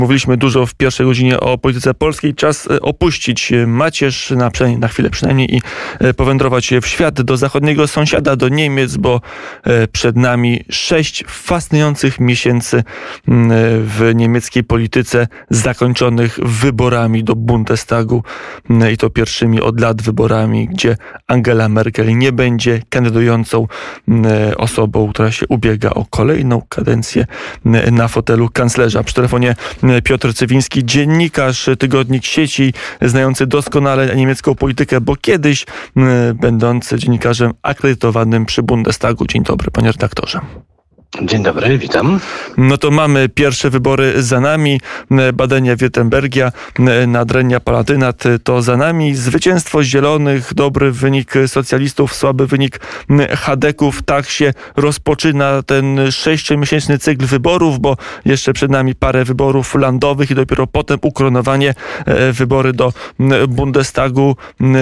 Mówiliśmy dużo w pierwszej godzinie o polityce polskiej. Czas opuścić macierz, na chwilę przynajmniej, i powędrować w świat, do zachodniego sąsiada, do Niemiec, bo przed nami 6 fascynujących miesięcy w niemieckiej polityce, zakończonych wyborami do Bundestagu, i to pierwszymi od lat wyborami, gdzie Angela Merkel nie będzie kandydującą osobą, która się ubiega o kolejną kadencję na fotelu kanclerza. Przy telefonie Piotr Cywiński, dziennikarz, tygodnik Sieci, znający doskonale niemiecką politykę, bo kiedyś będący dziennikarzem akredytowanym przy Bundestagu. Dzień dobry, panie redaktorze. Dzień dobry, witam. No to mamy pierwsze wybory za nami. Badenia Württembergia, Nadrennia Palatynat to za nami. Zwycięstwo Zielonych, dobry wynik socjalistów, słaby wynik chadeków. Tak się rozpoczyna ten 6-miesięczny cykl wyborów, bo jeszcze przed nami parę wyborów landowych i dopiero potem ukoronowanie, wybory do Bundestagu.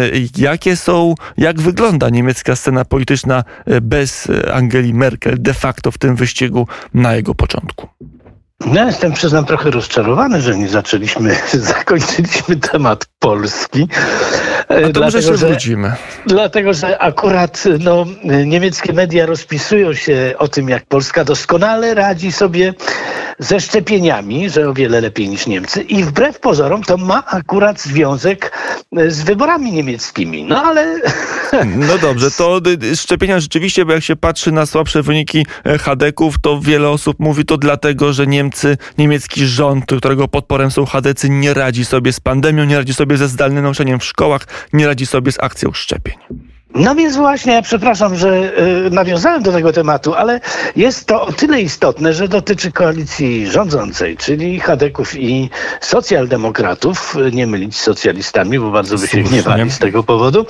Jak wygląda niemiecka scena polityczna bez Angeli Merkel de facto w tym wyścigu na jego początku? Ja jestem, przyznam, trochę rozczarowany, że nie zakończyliśmy temat Polski. A to może się wrócimy. Dlatego, że akurat niemieckie media rozpisują się o tym, jak Polska doskonale radzi sobie ze szczepieniami, że o wiele lepiej niż Niemcy, i wbrew pozorom to ma akurat związek z wyborami niemieckimi. No ale... No dobrze, to szczepienia rzeczywiście, bo jak się patrzy na słabsze wyniki chadeków, to wiele osób mówi to dlatego, że niemiecki rząd, którego podporem są chadecy, nie radzi sobie z pandemią, nie radzi sobie ze zdalnym nauczaniem w szkołach, nie radzi sobie z akcją szczepień. No więc właśnie, ja przepraszam, że nawiązałem do tego tematu, ale jest to o tyle istotne, że dotyczy koalicji rządzącej, czyli chadeków i socjaldemokratów, nie mylić z socjalistami, bo bardzo by się gniewali z tego powodu.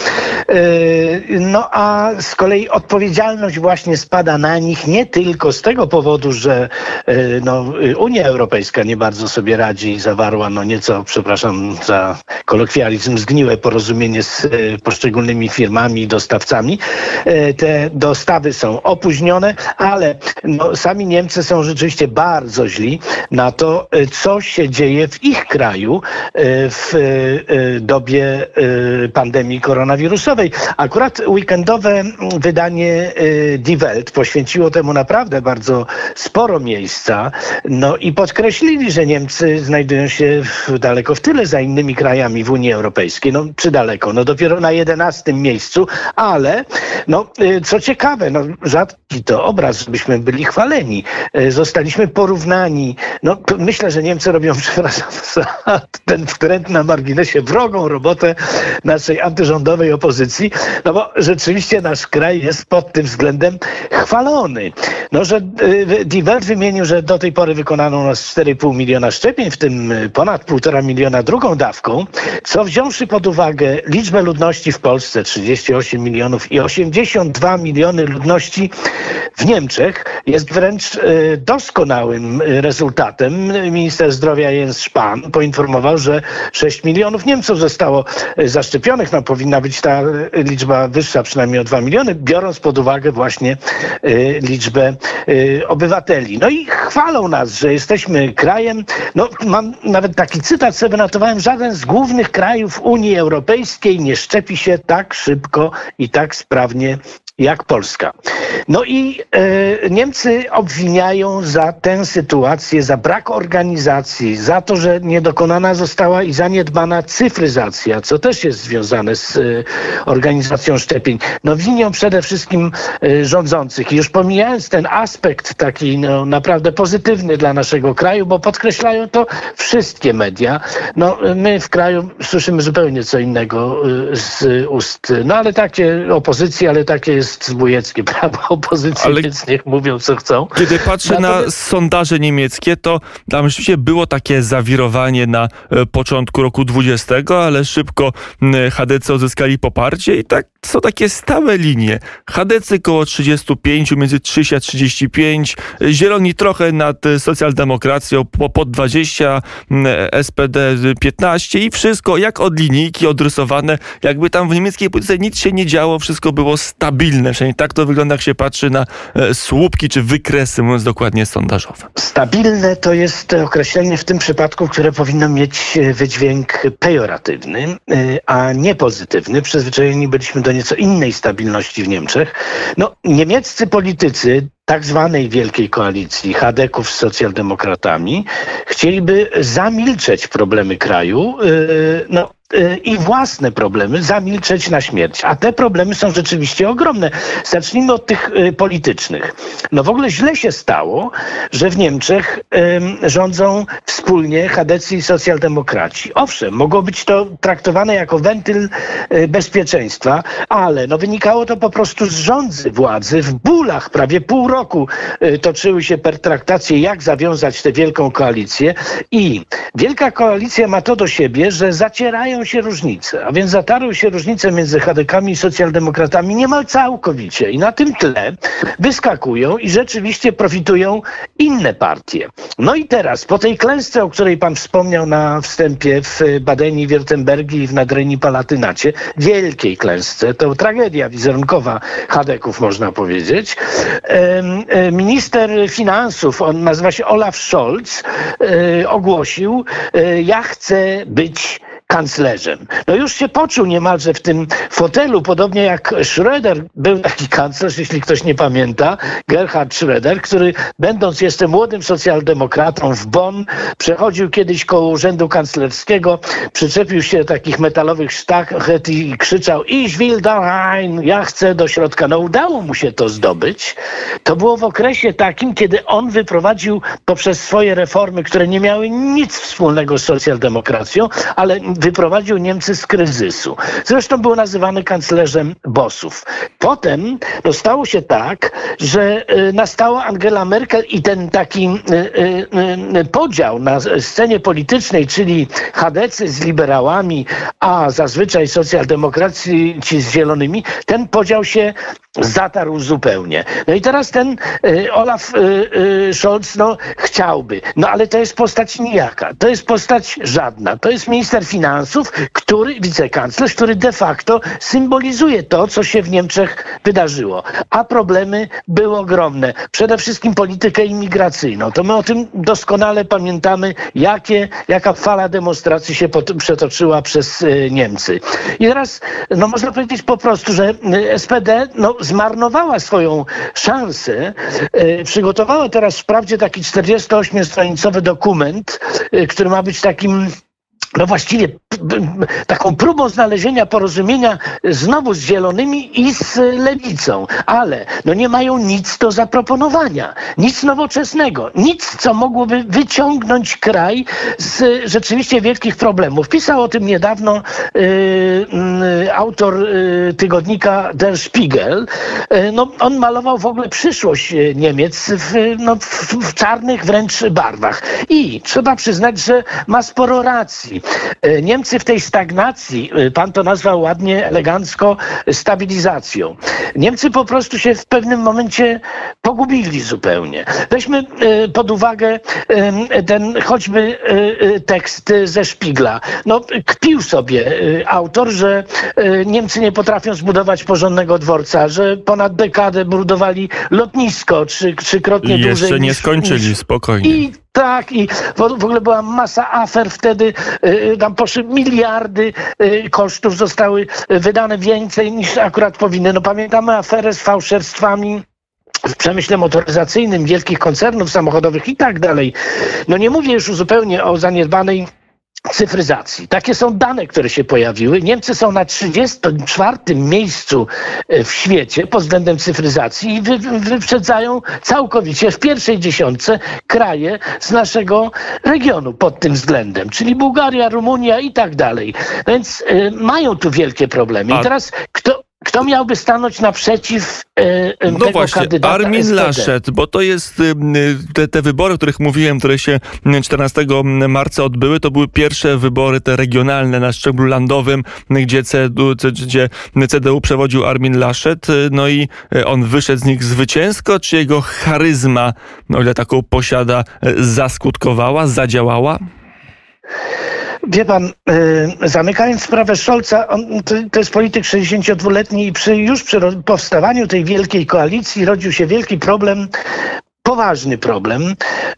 No a z kolei odpowiedzialność właśnie spada na nich nie tylko z tego powodu, że Unia Europejska nie bardzo sobie radzi i zawarła nieco, przepraszam za kolokwializm, zgniłe porozumienie z poszczególnymi firmami, dostawcami. Te dostawy są opóźnione, ale sami Niemcy są rzeczywiście bardzo źli na to, co się dzieje w ich kraju w dobie pandemii koronawirusowej. Akurat weekendowe wydanie Die Welt poświęciło temu naprawdę bardzo sporo miejsca, i podkreślili, że Niemcy znajdują się daleko w tyle za innymi krajami w Unii Europejskiej. Czy daleko? Dopiero na 11. miejscu, ale co ciekawe, rzadki to obraz, żebyśmy byli chwaleni. Zostaliśmy porównani. Myślę, że Niemcy robią, przepraszam za ten wtręt na marginesie, wrogą robotę naszej antyrządowej opozycji, bo rzeczywiście nasz kraj jest pod tym względem chwalony. Że Die Welt wymienił, że do tej pory wykonano nas 4,5 miliona szczepień, w tym ponad 1,5 miliona drugą dawką, co wziąwszy pod uwagę liczbę ludności w Polsce, 38 milionów i 82 miliony ludności w Niemczech, jest wręcz doskonałym rezultatem. Minister zdrowia Jens Spahn poinformował, że 6 milionów Niemców zostało zaszczepionych. Powinna być ta liczba wyższa przynajmniej o 2 miliony, biorąc pod uwagę właśnie liczbę obywateli. I chwalą nas, że jesteśmy krajem, mam nawet taki cytat sobie notowałem: żaden z głównych krajów Unii Europejskiej nie szczepi się tak szybko i tak sprawnie jak Polska. I Niemcy obwiniają za tę sytuację, za brak organizacji, za to, że niedokonana została i zaniedbana cyfryzacja, co też jest związane z organizacją szczepień. Winią przede wszystkim rządzących. I już pomijając ten aspekt taki naprawdę pozytywny dla naszego kraju, bo podkreślają to wszystkie media. My w kraju słyszymy zupełnie co innego z ust, ale takie opozycji, ale takie jest zbójeckie prawo opozycji, więc niech mówią co chcą. Kiedy patrzę na sondaże niemieckie, to tam rzeczywiście było takie zawirowanie na początku roku 20, ale szybko chadecy uzyskali poparcie i tak są takie stałe linie. Chadecy koło 35, między 30 a 35, Zieloni trochę nad socjaldemokracją, pod 20, SPD 15 i wszystko jak od linijki odrysowane. Jakby tam w niemieckiej polityce nic się nie działo, wszystko było stabilne. stabilne. Przynajmniej tak to wygląda, jak się patrzy na słupki czy wykresy, mówiąc dokładnie, sondażowe. Stabilne to jest określenie w tym przypadku, które powinno mieć wydźwięk pejoratywny, a nie pozytywny. Przyzwyczajeni byliśmy do nieco innej stabilności w Niemczech. No, niemieccy politycy tak zwanej wielkiej koalicji chadeków z socjaldemokratami chcieliby zamilczeć problemy kraju, i własne problemy zamilczeć na śmierć. A te problemy są rzeczywiście ogromne. Zacznijmy od tych politycznych. No w ogóle źle się stało, że w Niemczech rządzą wspólnie chadecy i socjaldemokraci. Owszem, mogło być to traktowane jako wentyl bezpieczeństwa, ale wynikało to po prostu z rządzy władzy. W bólach prawie pół roku toczyły się pertraktacje, jak zawiązać tę wielką koalicję. I wielka koalicja ma to do siebie, że zacierają się różnice, a więc zatarły się różnice między chadekami i socjaldemokratami niemal całkowicie i na tym tle wyskakują i rzeczywiście profitują inne partie. No i teraz, po tej klęsce, o której pan wspomniał na wstępie w Badeni-Württembergii i w Nadrenii-Palatynacie, wielkiej klęsce, to tragedia wizerunkowa chadeków, można powiedzieć, minister finansów, on nazywa się Olaf Scholz, ogłosił, ja chcę być kanclerzem. No już się poczuł niemalże w tym fotelu, podobnie jak Schröder, był taki kanclerz, jeśli ktoś nie pamięta, Gerhard Schröder, który będąc jeszcze młodym socjaldemokratą w Bonn, przechodził kiedyś koło urzędu kanclerskiego, przyczepił się do takich metalowych sztachet i krzyczał Ich will da rein, ja chcę do środka. No udało mu się to zdobyć. To było w okresie takim, kiedy on wyprowadził poprzez swoje reformy, które nie miały nic wspólnego z socjaldemokracją, ale wyprowadził Niemcy z kryzysu. Zresztą był nazywany kanclerzem bossów. Potem stało się tak, że nastała Angela Merkel i ten taki podział na scenie politycznej, czyli chadecy z liberałami, a zazwyczaj socjaldemokraci ci z zielonymi, ten podział się zatarł zupełnie. No i teraz ten Olaf Scholz chciałby, ale to jest postać nijaka, to jest postać żadna, to jest minister finansów, wicekanclerz, który de facto symbolizuje to, co się w Niemczech wydarzyło. A problemy były ogromne. Przede wszystkim politykę imigracyjną. To my o tym doskonale pamiętamy, jaka fala demonstracji się przetoczyła przez Niemcy. I teraz, można powiedzieć po prostu, że SPD zmarnowała swoją szansę. Przygotowała teraz wprawdzie taki 48-stronicowy dokument, który ma być takim właściwie taką próbą znalezienia porozumienia znowu z zielonymi i z lewicą, ale nie mają nic do zaproponowania, nic nowoczesnego, nic, co mogłoby wyciągnąć kraj z rzeczywiście wielkich problemów. Pisał o tym niedawno autor tygodnika Der Spiegel. On malował w ogóle przyszłość Niemiec w czarnych wręcz barwach. I trzeba przyznać, że ma sporo racji. Niemcy w tej stagnacji, pan to nazwał ładnie, elegancko, stabilizacją. Niemcy po prostu się w pewnym momencie pogubili zupełnie. Weźmy pod uwagę ten choćby tekst ze Spiegla. Kpił sobie autor, że Niemcy nie potrafią zbudować porządnego dworca, że ponad dekadę budowali lotnisko trzykrotnie dłużej. Jeszcze nie skończyli, spokojnie. Tak, i w ogóle była masa afer wtedy, tam poszły miliardy kosztów, zostały wydane więcej niż akurat powinny. Pamiętamy aferę z fałszerstwami w przemyśle motoryzacyjnym wielkich koncernów samochodowych i tak dalej. Nie mówię już zupełnie o zaniedbanej cyfryzacji. Takie są dane, które się pojawiły. Niemcy są na 34. miejscu w świecie pod względem cyfryzacji i wyprzedzają całkowicie w pierwszej dziesiątce kraje z naszego regionu pod tym względem, czyli Bułgaria, Rumunia i tak dalej. Więc mają tu wielkie problemy. I teraz kto miałby stanąć naprzeciw tego właśnie, kandydata Armin SPD? Laschet, bo to jest te wybory, o których mówiłem, które się 14 marca odbyły, to były pierwsze wybory te regionalne na szczeblu landowym, gdzie CDU przewodził Armin Laschet, i on wyszedł z nich zwycięsko, czy jego charyzma, o ile taką posiada, zaskutkowała, zadziałała? Wie pan, zamykając sprawę Scholza, to jest polityk 62-letni i już przy powstawaniu tej wielkiej koalicji rodził się wielki problem, poważny problem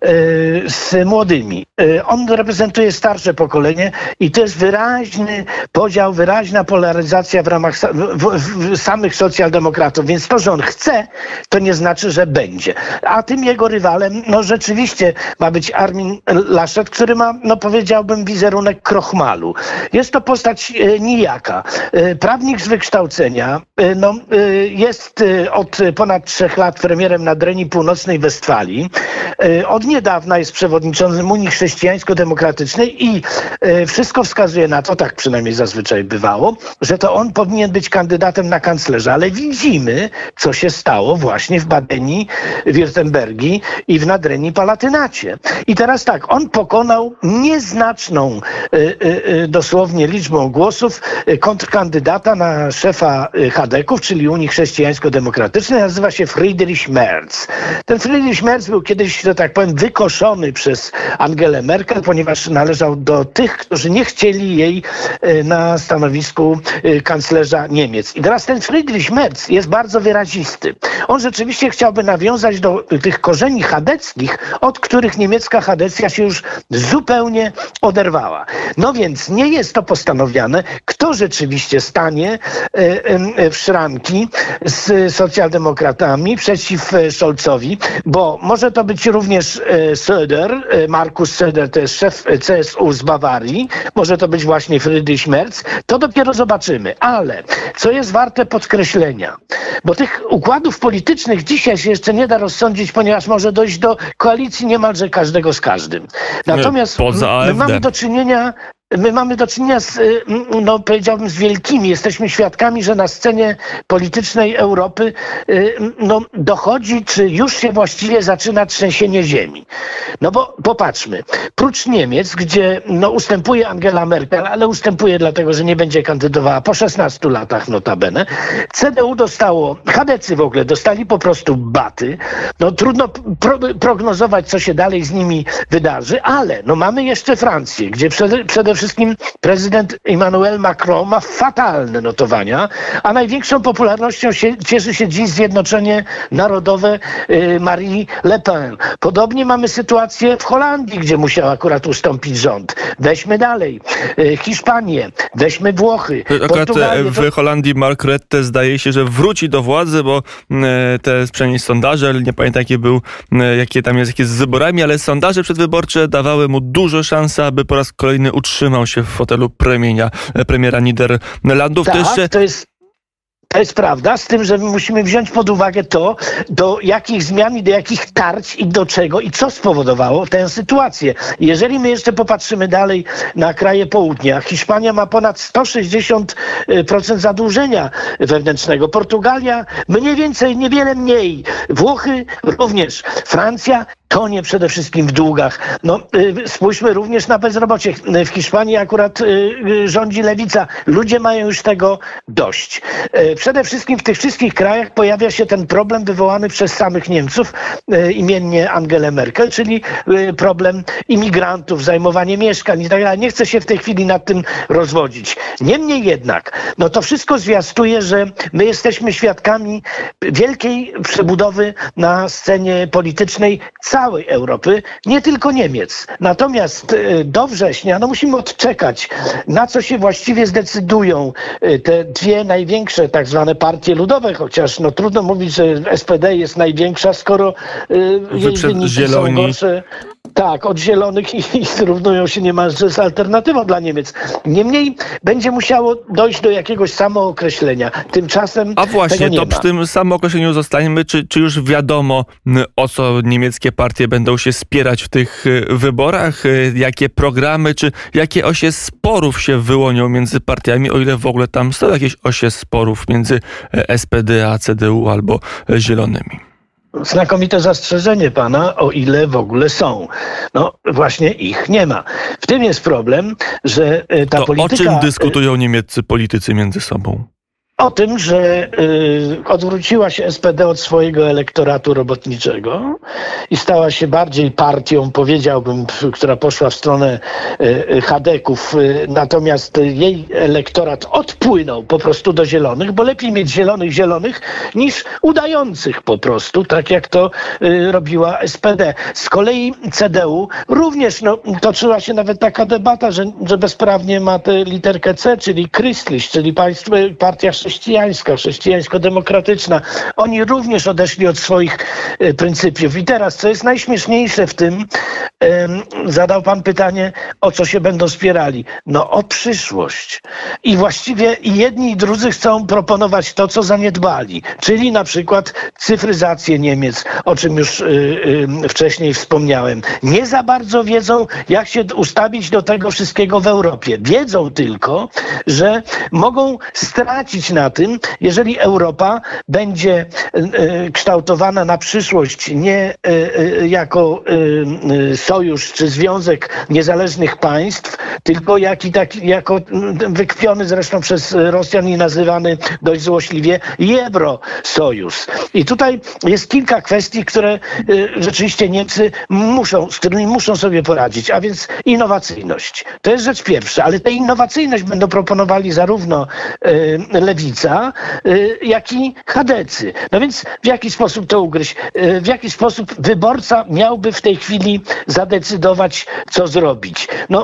z młodymi. On reprezentuje starsze pokolenie i to jest wyraźny podział, wyraźna polaryzacja w ramach samych socjaldemokratów. Więc to, że on chce, to nie znaczy, że będzie. A tym jego rywalem, no rzeczywiście ma być Armin Laschet, który ma, no powiedziałbym, wizerunek krochmalu. Jest to postać nijaka. Prawnik z wykształcenia, jest od ponad 3 lat premierem Nadrenii Północnej Westfalii. Od niedawna jest przewodniczącym Unii Chrześcijańsko-Demokratycznej i wszystko wskazuje na to, tak przynajmniej zazwyczaj bywało, że to on powinien być kandydatem na kanclerza. Ale widzimy, co się stało właśnie w Badenii, Wirtembergii i w Nadrenii Palatynacie. I teraz tak, on pokonał nieznaczną dosłownie liczbą głosów kontrkandydata na szefa Chadeków, czyli Unii Chrześcijańsko-Demokratycznej, nazywa się Friedrich Merz. Ten Friedrich Merz był kiedyś, że tak powiem, wykoszony przez Angelę Merkel, ponieważ należał do tych, którzy nie chcieli jej na stanowisku kanclerza Niemiec. I teraz ten Friedrich Merz jest bardzo wyrazisty. On rzeczywiście chciałby nawiązać do tych korzeni chadeckich, od których niemiecka Chadecja się już zupełnie oderwała. No więc nie jest to postanowione, kto rzeczywiście stanie w szranki z socjaldemokratami przeciw Scholzowi, bo może to być również Söder, Markus Söder, to jest szef CSU z Bawarii, może to być właśnie Friedrich Merz, to dopiero zobaczymy. Ale co jest warte podkreślenia, bo tych układów politycznych dzisiaj się jeszcze nie da rozsądzić, ponieważ może dojść do koalicji niemalże każdego z każdym. Natomiast my mamy do czynienia z, no powiedziałbym, z wielkimi. Jesteśmy świadkami, że na scenie politycznej Europy dochodzi, czy już się właściwie zaczyna trzęsienie ziemi. No bo popatrzmy, prócz Niemiec, gdzie ustępuje Angela Merkel, ale ustępuje dlatego, że nie będzie kandydowała po 16 latach notabene, CDU dostało, chadecy w ogóle dostali po prostu baty. No trudno prognozować, co się dalej z nimi wydarzy, ale mamy jeszcze Francję, gdzie przede wszystkim prezydent Emmanuel Macron ma fatalne notowania, a największą popularnością cieszy się dziś Zjednoczenie Narodowe Marie Le Pen. Podobnie mamy sytuację w Holandii, gdzie musiał akurat ustąpić rząd. Weźmy dalej. Hiszpanię, weźmy Włochy. Akurat w Holandii Mark Rutte zdaje się, że wróci do władzy, bo te przynajmniej sondaże, nie pamiętam jakie tam jest z wyborami, ale sondaże przedwyborcze dawały mu dużo szansy, aby po raz kolejny utrzymał się w fotelu premiera Niderlandów. Tak, to jest prawda, z tym, że musimy wziąć pod uwagę to, do jakich zmian i do jakich tarć i do czego i co spowodowało tę sytuację. Jeżeli my jeszcze popatrzymy dalej na kraje południa, Hiszpania ma ponad 160% zadłużenia wewnętrznego, Portugalia mniej więcej, niewiele mniej, Włochy również, Francja tonie przede wszystkim w długach. Spójrzmy również na bezrobocie. W Hiszpanii akurat rządzi lewica. Ludzie mają już tego dość. Przede wszystkim w tych wszystkich krajach pojawia się ten problem wywołany przez samych Niemców, imiennie Angelę Merkel, czyli problem imigrantów, zajmowanie mieszkań i tak dalej. Nie chcę się w tej chwili nad tym rozwodzić. Niemniej jednak, to wszystko zwiastuje, że my jesteśmy świadkami wielkiej przebudowy na scenie politycznej całej Europy, nie tylko Niemiec. Natomiast do września musimy odczekać, na co się właściwie zdecydują te dwie największe tak zwane partie ludowe, chociaż trudno mówić, że SPD jest największa, skoro jej wyniki są gorsze. Tak, od Zielonych i zrównują się niemalże z alternatywą dla Niemiec. Niemniej będzie musiało dojść do jakiegoś samookreślenia. Tymczasem a właśnie, tego nie to ma. przy tym samookreśleniu zostaniemy. Czy już wiadomo, o co niemieckie partie będą się spierać w tych wyborach? Jakie programy, czy jakie osie sporów się wyłonią między partiami, o ile w ogóle tam są jakieś osie sporów między SPD a CDU albo Zielonymi? Znakomite zastrzeżenie pana, o ile w ogóle są. Właśnie ich nie ma. W tym jest problem, że ta polityka... O czym dyskutują niemieccy politycy między sobą? o tym, że odwróciła się SPD od swojego elektoratu robotniczego i stała się bardziej partią, powiedziałbym, która poszła w stronę chadeków, natomiast jej elektorat odpłynął po prostu do zielonych, bo lepiej mieć zielonych niż udających po prostu, tak jak to robiła SPD. Z kolei CDU również toczyła się nawet taka debata, że bezprawnie ma tę literkę C, czyli Christlich, czyli partia chrześcijańska, chrześcijańsko-demokratyczna. Oni również odeszli od swoich pryncypiów. I teraz, co jest najśmieszniejsze w tym, zadał pan pytanie, o co się będą spierali. No o przyszłość. I właściwie i jedni i drudzy chcą proponować to, co zaniedbali, czyli na przykład cyfryzację Niemiec, o czym już wcześniej wspomniałem. Nie za bardzo wiedzą, jak się ustawić do tego wszystkiego w Europie. Wiedzą tylko, że mogą stracić na tym, jeżeli Europa będzie kształtowana na przyszłość nie jako sojusz czy związek niezależnych państw, tylko jako wykpiony zresztą przez Rosjan i nazywany dość złośliwie Eurosojusz. I tutaj jest kilka kwestii, które rzeczywiście Niemcy z którymi muszą sobie poradzić, a więc innowacyjność. To jest rzecz pierwsza, ale tę innowacyjność będą proponowali zarówno lewica, jak i chadecy. No więc w jaki sposób to ugryźć? W jaki sposób wyborca miałby w tej chwili zadecydować, co zrobić? No,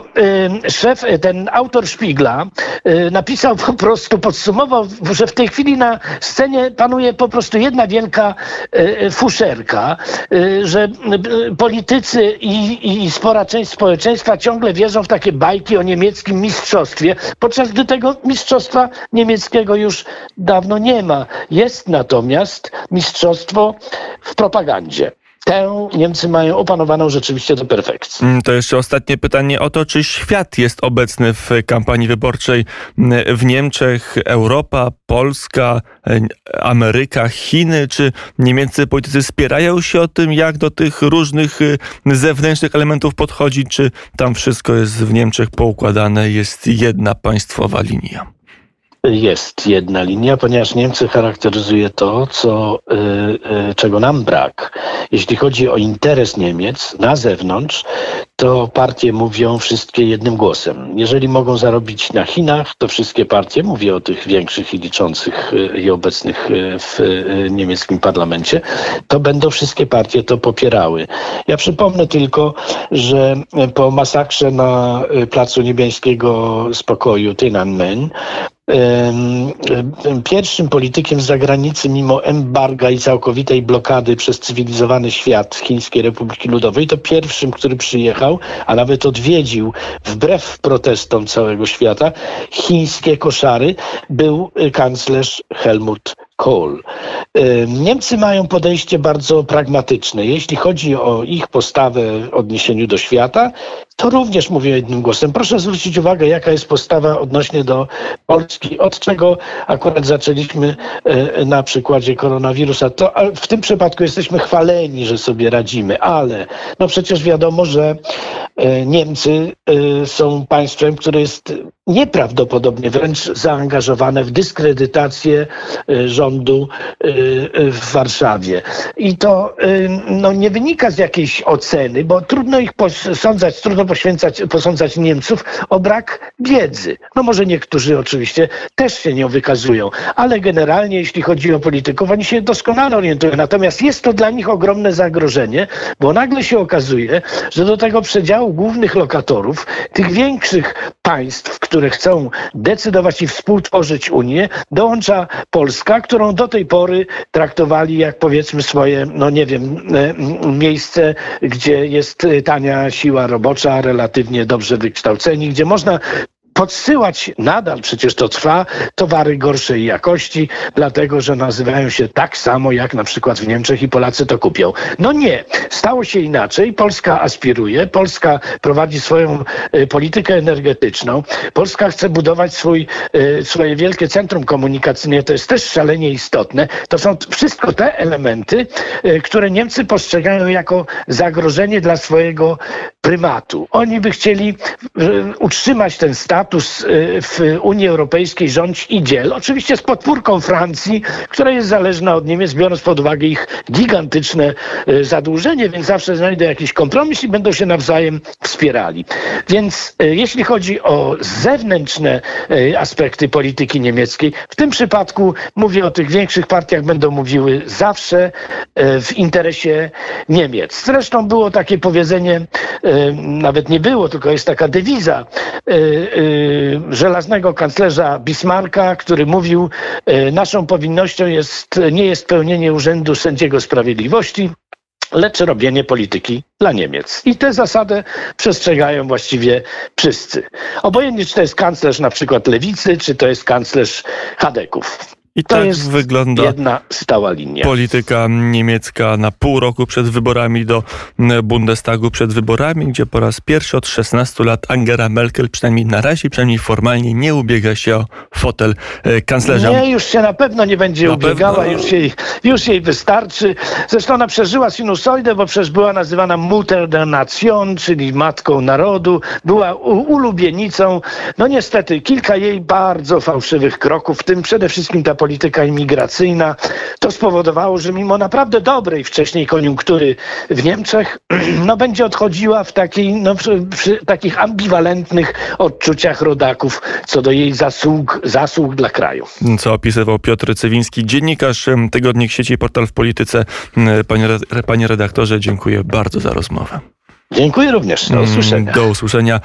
ten autor Szpigla napisał po prostu, podsumował, że w tej chwili na scenie panuje po prostu jedna wielka fuszerka, że politycy i spora część społeczeństwa ciągle wierzą w takie bajki o niemieckim mistrzostwie, podczas gdy tego mistrzostwa niemieckiego już dawno nie ma. Jest natomiast mistrzostwo w propagandzie. Tę Niemcy mają opanowaną rzeczywiście do perfekcji. To jeszcze ostatnie pytanie o to, czy świat jest obecny w kampanii wyborczej w Niemczech, Europa, Polska, Ameryka, Chiny, czy niemieccy politycy spierają się o tym, jak do tych różnych zewnętrznych elementów podchodzić, czy tam wszystko jest w Niemczech poukładane, jest jedna państwowa linia? Jest jedna linia, ponieważ Niemcy charakteryzuje to, czego nam brak. Jeśli chodzi o interes Niemiec na zewnątrz, to partie mówią wszystkie jednym głosem. Jeżeli mogą zarobić na Chinach, to wszystkie partie, mówię o tych większych i liczących i obecnych w niemieckim parlamencie, to będą wszystkie partie to popierały. Ja przypomnę tylko, że po masakrze na Placu Niebiańskiego Spokoju Tiananmen pierwszym politykiem z zagranicy, mimo embarga i całkowitej blokady przez cywilizowany świat Chińskiej Republiki Ludowej, to pierwszym, który przyjechał, a nawet odwiedził wbrew protestom całego świata chińskie koszary, był kanclerz Helmut Kohl. Niemcy mają podejście bardzo pragmatyczne. Jeśli chodzi o ich postawę w odniesieniu do świata, to również mówię jednym głosem. Proszę zwrócić uwagę, jaka jest postawa odnośnie do Polski, od czego akurat zaczęliśmy na przykładzie koronawirusa. To w tym przypadku jesteśmy chwaleni, że sobie radzimy, ale no przecież wiadomo, że Niemcy są państwem, które jest nieprawdopodobnie wręcz zaangażowane w dyskredytację rządu w Warszawie. I to nie wynika z jakiejś oceny, bo trudno ich posądzać, trudno posądzać Niemców o brak wiedzy. No może niektórzy oczywiście też się nią wykazują, ale generalnie jeśli chodzi o polityków, oni się doskonale orientują. Natomiast jest to dla nich ogromne zagrożenie, bo nagle się okazuje, że do tego przedziału głównych lokatorów, tych większych państw, które chcą decydować i współtworzyć Unię, dołącza Polska, którą do tej pory traktowali jak powiedzmy swoje, miejsce, gdzie jest tania siła robocza, relatywnie dobrze wykształceni, gdzie można podsyłać, nadal przecież to trwa, towary gorszej jakości, dlatego że nazywają się tak samo jak na przykład w Niemczech i Polacy to kupią. No nie, stało się inaczej. Polska aspiruje, Polska prowadzi swoją politykę energetyczną, Polska chce budować swoje wielkie centrum komunikacyjne, to jest też szalenie istotne. To są wszystko te elementy, które Niemcy postrzegają jako zagrożenie dla swojego prymatu. Oni by chcieli utrzymać ten status, status w Unii Europejskiej rządź i dziel. Oczywiście z podpórką Francji, która jest zależna od Niemiec, biorąc pod uwagę ich gigantyczne zadłużenie, więc zawsze znajdą jakiś kompromis i będą się nawzajem wspierali. Więc jeśli chodzi o zewnętrzne aspekty polityki niemieckiej, w tym przypadku mówię o tych większych partiach, będą mówiły zawsze w interesie Niemiec. Zresztą było takie powiedzenie, nawet nie było, tylko jest taka dewiza żelaznego kanclerza Bismarcka, który mówił, naszą powinnością nie jest pełnienie urzędu sędziego sprawiedliwości, lecz robienie polityki dla Niemiec. I tę zasadę przestrzegają właściwie wszyscy. Obojętnie, czy to jest kanclerz na przykład lewicy, czy to jest kanclerz chadeków. I to tak jest wygląda jedna stała linia. Polityka niemiecka na pół roku przed wyborami do Bundestagu, przed wyborami, gdzie po raz pierwszy od 16 lat Angela Merkel, przynajmniej na razie, przynajmniej formalnie, nie ubiega się o fotel kanclerza. Nie, już się na pewno nie będzie ubiegała, już jej wystarczy. Zresztą ona przeżyła sinusoidę, bo przecież była nazywana Mutter der Nation, czyli matką narodu, była ulubienicą. No niestety, kilka jej bardzo fałszywych kroków, w tym przede wszystkim ta polityka imigracyjna, to spowodowało, że mimo naprawdę dobrej wcześniej koniunktury w Niemczech, no będzie odchodziła w takiej, przy takich ambiwalentnych odczuciach rodaków co do jej zasług dla kraju. Co opisywał Piotr Cywiński, dziennikarz tygodnik sieci Portal w Polityce. Panie redaktorze, dziękuję bardzo za rozmowę. Dziękuję również. Do usłyszenia. Do usłyszenia.